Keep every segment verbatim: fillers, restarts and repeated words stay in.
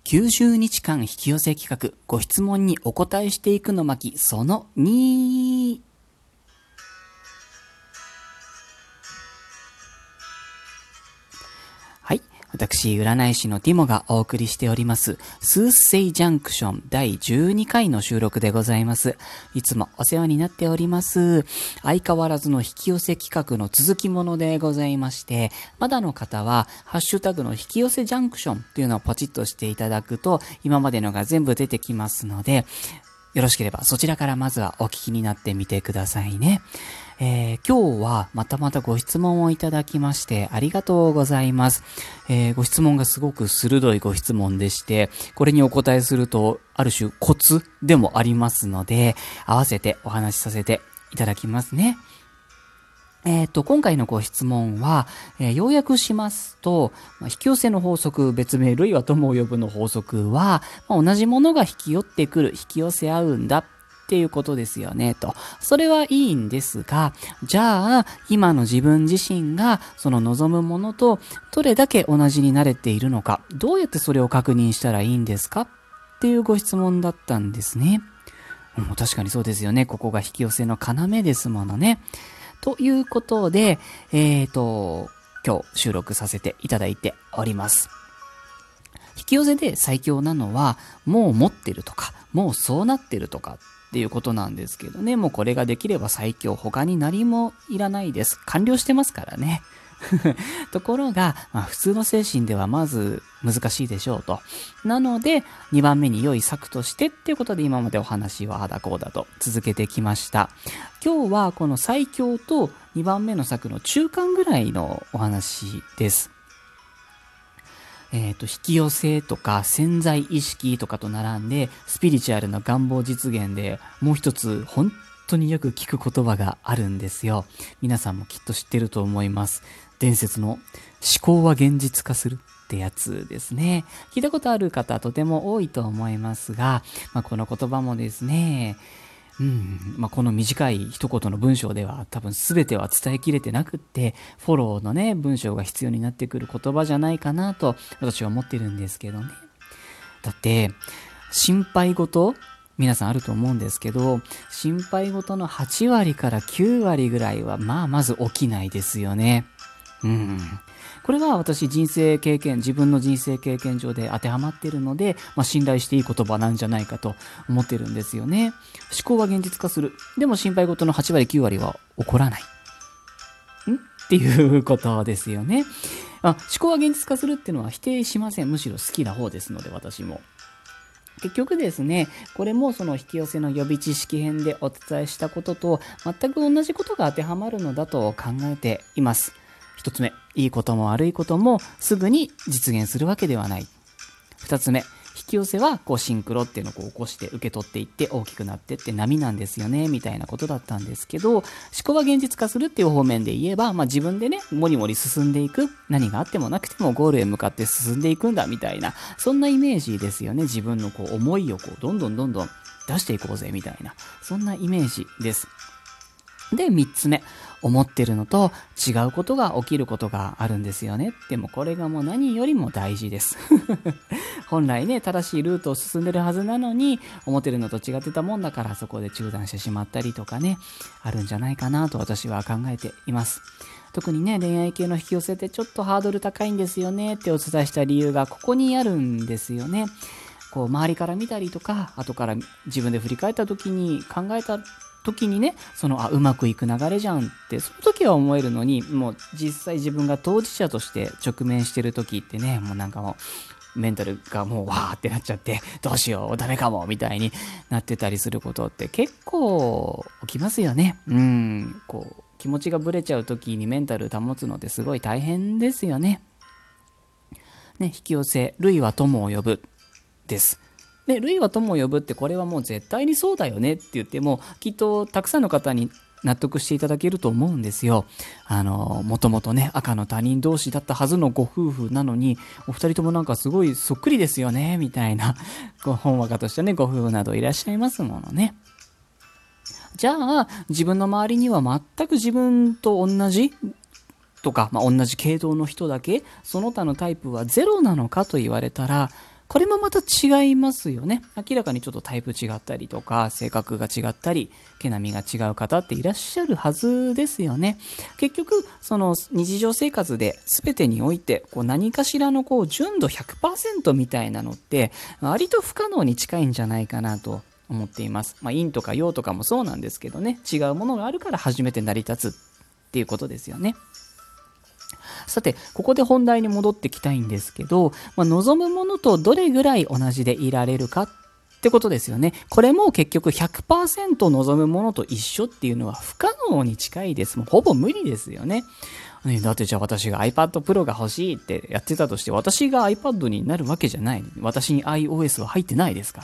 きゅうじゅうにちかん引き寄せ企画、ご質問にお答えしていくの巻そのに。はい。私、占い師のティモがお送りしております、スーセイジャンクションだいじゅうにかいの収録でございます。いつもお世話になっております。相変わらずの引き寄せ企画の続きものでございまして、まだの方は、ハッシュタグの引き寄せジャンクションというのをポチッとしていただくと、今までのが全部出てきますので、よろしければそちらからまずはお聞きになってみてくださいね。えー、今日はまたまたご質問をいただきましてありがとうございます。えー、ご質問がすごく鋭いご質問でして、これにお答えするとある種コツでもありますので、合わせてお話しさせていただきますね。えっと、今回のご質問は、えー、要約しますと、まあ、引き寄せの法則、別名類は友を呼ぶの法則は、まあ、同じものが引き寄ってくる、引き寄せ合うんだっていうことですよね、と。それはいいんですが、じゃあ、今の自分自身がその望むものとどれだけ同じになれているのか、どうやってそれを確認したらいいんですかっていうご質問だったんですね。うん、確かにそうですよね。ここが引き寄せの要ですものね。ということで、えっと、今日収録させていただいております。引き寄せで最強なのは、もう持ってるとか、もうそうなってるとかっていうことなんですけどね。もうこれができれば最強、他に何もいらないです。完了してますからね。ところが、まあ、普通の精神ではまず難しいでしょうと。なので、にばんめに良い策としてっていうことで今までお話はあだこうだと続けてきました。今日はこの最強とにばんめの策の中間ぐらいのお話です。えっと、引き寄せとか潜在意識とかと並んで、スピリチュアルな願望実現でもう一つ本当によく聞く言葉があるんですよ。皆さんもきっと知ってると思います。伝説の思考は現実化するってやつですね。聞いたことある方とても多いと思いますが、まあ、この言葉もですね、うんまあ、この短い一言の文章では多分全ては伝えきれてなくって、フォローのね、文章が必要になってくる言葉じゃないかなと私は思ってるんですけどね。だって、心配事皆さんあると思うんですけど、心配事のはちわりからきゅうわりぐらいはまあまず起きないですよね。うん。これは私人生経験、自分の人生経験上で当てはまっているので、まあ、信頼していい言葉なんじゃないかと思ってるんですよね。思考は現実化する。でも心配事のはちわりきゅうわりは起こらない。んっていうことですよね。あ、思考は現実化するっていうのは否定しません。むしろ好きな方ですので、私も。結局ですね、これもその引き寄せの予備知識編でお伝えしたことと全く同じことが当てはまるのだと考えています。一つ目、いいことも悪いこともすぐに実現するわけではない。二つ目、引き寄せはこうシンクロっていうのをこう起こして受け取っていって大きくなってって波なんですよねみたいなことだったんですけど、思考は現実化するっていう方面で言えば、まあ、自分でねもりもり進んでいく、何があってもなくてもゴールへ向かって進んでいくんだみたいな、そんなイメージですよね。自分のこう思いをこうどんどんどんどん出していこうぜみたいな、そんなイメージです。で、三つ目、思ってるのと違うことが起きることがあるんですよね。でもこれがもう何よりも大事です。本来ね、正しいルートを進んでるはずなのに、思ってるのと違ってたもんだからそこで中断してしまったりとかね、あるんじゃないかなと私は考えています。特にね、恋愛系の引き寄せってちょっとハードル高いんですよねってお伝えした理由がここにあるんですよね。こう周りから見たりとか、後から自分で振り返った時に考えた時にね、そのあうまくいく流れじゃんってその時は思えるのに、もう実際自分が当事者として直面してる時ってね、もうなんかもうメンタルがもうわーってなっちゃって、どうしようダメかもみたいになってたりすることって結構起きますよね。うん、こう気持ちがブレちゃう時にメンタル保つのってすごい大変ですよね。ね、引き寄せ、類は友を呼ぶです。で、類は友を呼ぶってこれはもう絶対にそうだよねって言ってもきっとたくさんの方に納得していただけると思うんですよ。あの、もともとね、赤の他人同士だったはずのご夫婦なのに、お二人ともなんかすごいそっくりですよね、みたいな、ご本話家としてね、ご夫婦などいらっしゃいますものね。じゃあ、自分の周りには全く自分と同じとか、まあ、同じ系統の人だけ、その他のタイプはゼロなのかと言われたら、 これもまた違いますよね。明らかにちょっとタイプ違ったりとか、性格が違ったり、毛並みが違う方っていらっしゃるはずですよね。結局、その日常生活で全てにおいて、こう何かしらのこう純度 ひゃくパーセント みたいなのって、割と不可能に近いんじゃないかなと思っています。まあ、陰とか陽とかもそうなんですけどね、違うものがあるから初めて成り立つっていうことですよね。さて、ここで本題に戻ってきたいんですけど、まあ、望むものとどれぐらい同じでいられるかってことですよね。これも結局 ひゃくパーセント 望むものと一緒っていうのは不可能に近いです。もうほぼ無理ですよね。ね、だってじゃあ私が iPad Pro が欲しいってやってたとして、私が iPad になるわけじゃない。私に iOS は入ってないですから。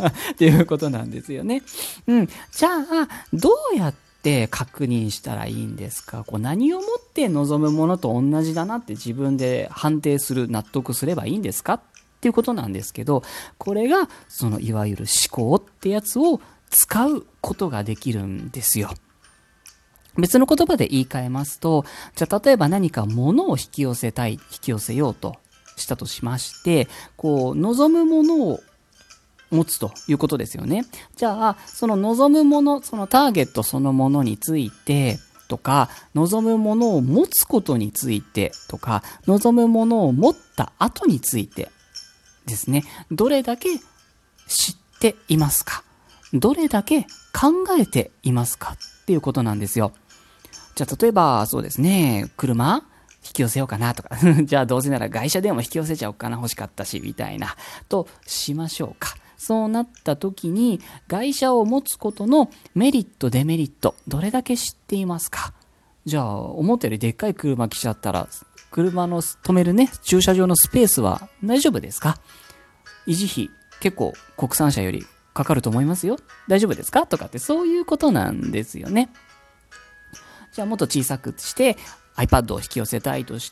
っていうことなんですよね。うん。じゃあ、どうやってで確認したらいいんですか？こう何をもって望むものと同じだなって自分で判定する、納得すればいいんですかっていうことなんですけど、これがそのいわゆる思考ってやつを使うことができるんですよ。別の言葉で言い換えますと、じゃあ例えば何か物を引き寄せたい、引き寄せようとしたとしまして、こう望むものを持つということですよね。じゃあ、その望むもの、そのターゲットそのものについてとか、望むものを持つことについてとか、望むものを持った後についてですね、どれだけ知っていますか？どれだけ考えていますかっていうことなんですよ。じゃあ、例えば、そうですね、車引き寄せようかなとか、じゃあどうせなら外車でも引き寄せちゃおうかな、欲しかったし、みたいな、としましょうか。そうなった時に、外車を持つことのメリット、デメリット、どれだけ知っていますか？じゃあ、思ったよりでっかい車来ちゃったら、車の止めるね、駐車場のスペースは大丈夫ですか？維持費、結構国産車よりかかると思いますよ。大丈夫ですか？とかってそういうことなんですよね。じゃあもっと小さくして、iPad を引き寄せたいとして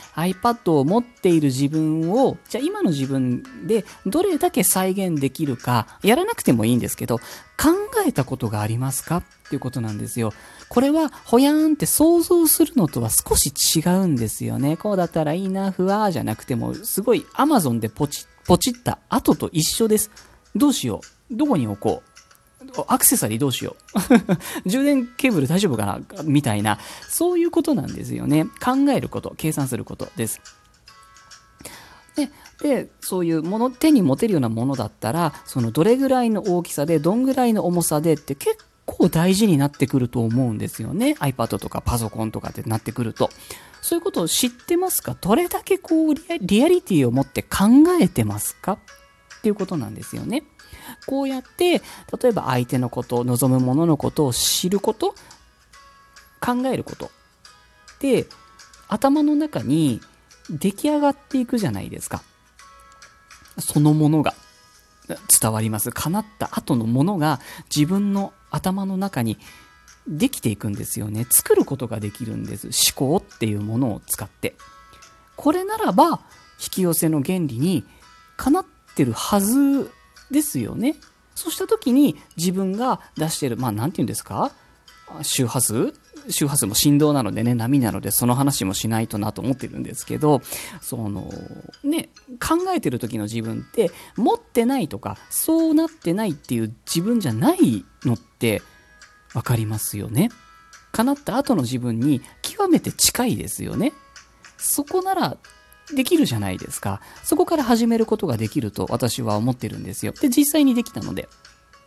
iPad を持っている自分をじゃあ今の自分でどれだけ再現できるかやらなくてもいいんですけど考えたことがありますかっていうことなんですよ。これはほやーんって想像するのとは少し違うんですよね。こうだったらいいなふわーじゃなくてもすごい Amazon でポチポチった後と一緒です。どうしようどこに置こうアクセサリーどうしよう充電ケーブル大丈夫かなみたいなそういうことなんですよね。考えること計算することですで, でそういうもの手に持てるようなものだったらそのどれぐらいの大きさでどんぐらいの重さでって結構大事になってくると思うんですよね。 iPad とかパソコンとかってなってくるとそういうことを知ってますか？どれだけこうリア、リアリティを持って考えてますかっていうことなんですよね。こうやって例えば相手のこと望むもののことを知ること考えることで頭の中に出来上がっていくじゃないですか。そのものが伝わります。叶った後のものが自分の頭の中にできていくんですよね。作ることができるんです。思考っていうものを使ってこれならば引き寄せの原理にかなってるはずですよね。そうした時に自分が出しているまあなんていうんですか周波数周波数も振動なのでね波なのでその話もしないとなと思ってるんですけどそのね考えてる時の自分って持ってないとかそうなってないっていう自分じゃないのってわかりますよね。叶った後の自分に極めて近いですよね。そこならできるじゃないですか。そこから始めることができると私は思ってるんですよ。で、実際にできたので。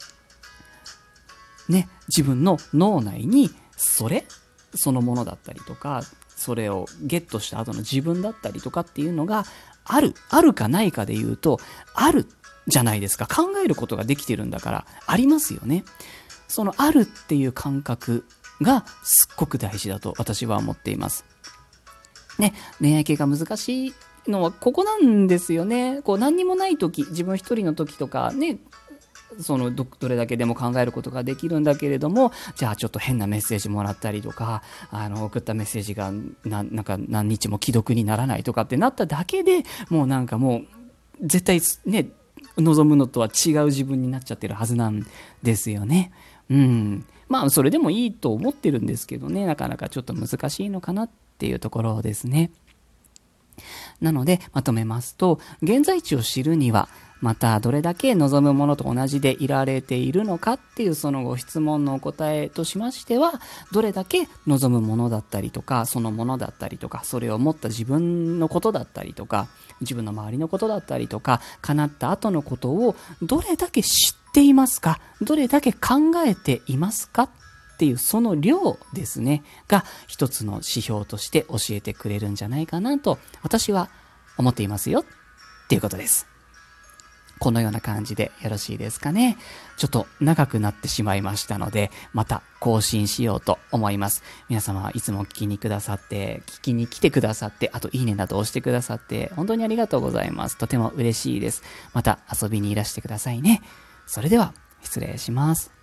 ね、自分の脳内にそれそのものだったりとか、それをゲットした後の自分だったりとかっていうのがある。あるかないかで言うと、あるじゃないですか。考えることができてるんだから、ありますよね。そのあるっていう感覚がすっごく大事だと私は思っています。ね、恋愛系が難しいのはここなんですよね。こう何にもない時、自分一人の時とかね、その ど, どれだけでも考えることができるんだけれども、じゃあちょっと変なメッセージもらったりとか、あの送ったメッセージがななんか何日も既読にならないとかってなっただけでもうなんかもう絶対ね望むのとは違う自分になっちゃってるはずなんですよね。うん、まあそれでもいいと思ってるんですけどね、なかなかちょっと難しいのかなっていうところですね。 なので、まとめますと、現在地を知るには、またどれだけ望むものと同じでいられているのかっていうそのご質問のお答えとしましては、どれだけ望むものだったりとか、そのものだったりとか、それを持った自分のことだったりとか、自分の周りのことだったりとか、叶った後のことをどれだけ知っていますか、どれだけ考えていますかっていうその量ですね、が一つの指標として教えてくれるんじゃないかなと私は思っていますよっていうことです。このような感じでよろしいですかね。ちょっと長くなってしまいましたので、また更新しようと思います。皆様はいつも聞きにくださって、聞きに来てくださって、あといいねなど押してくださって、本当にありがとうございます。とても嬉しいです。また遊びにいらしてくださいね。それでは、失礼します。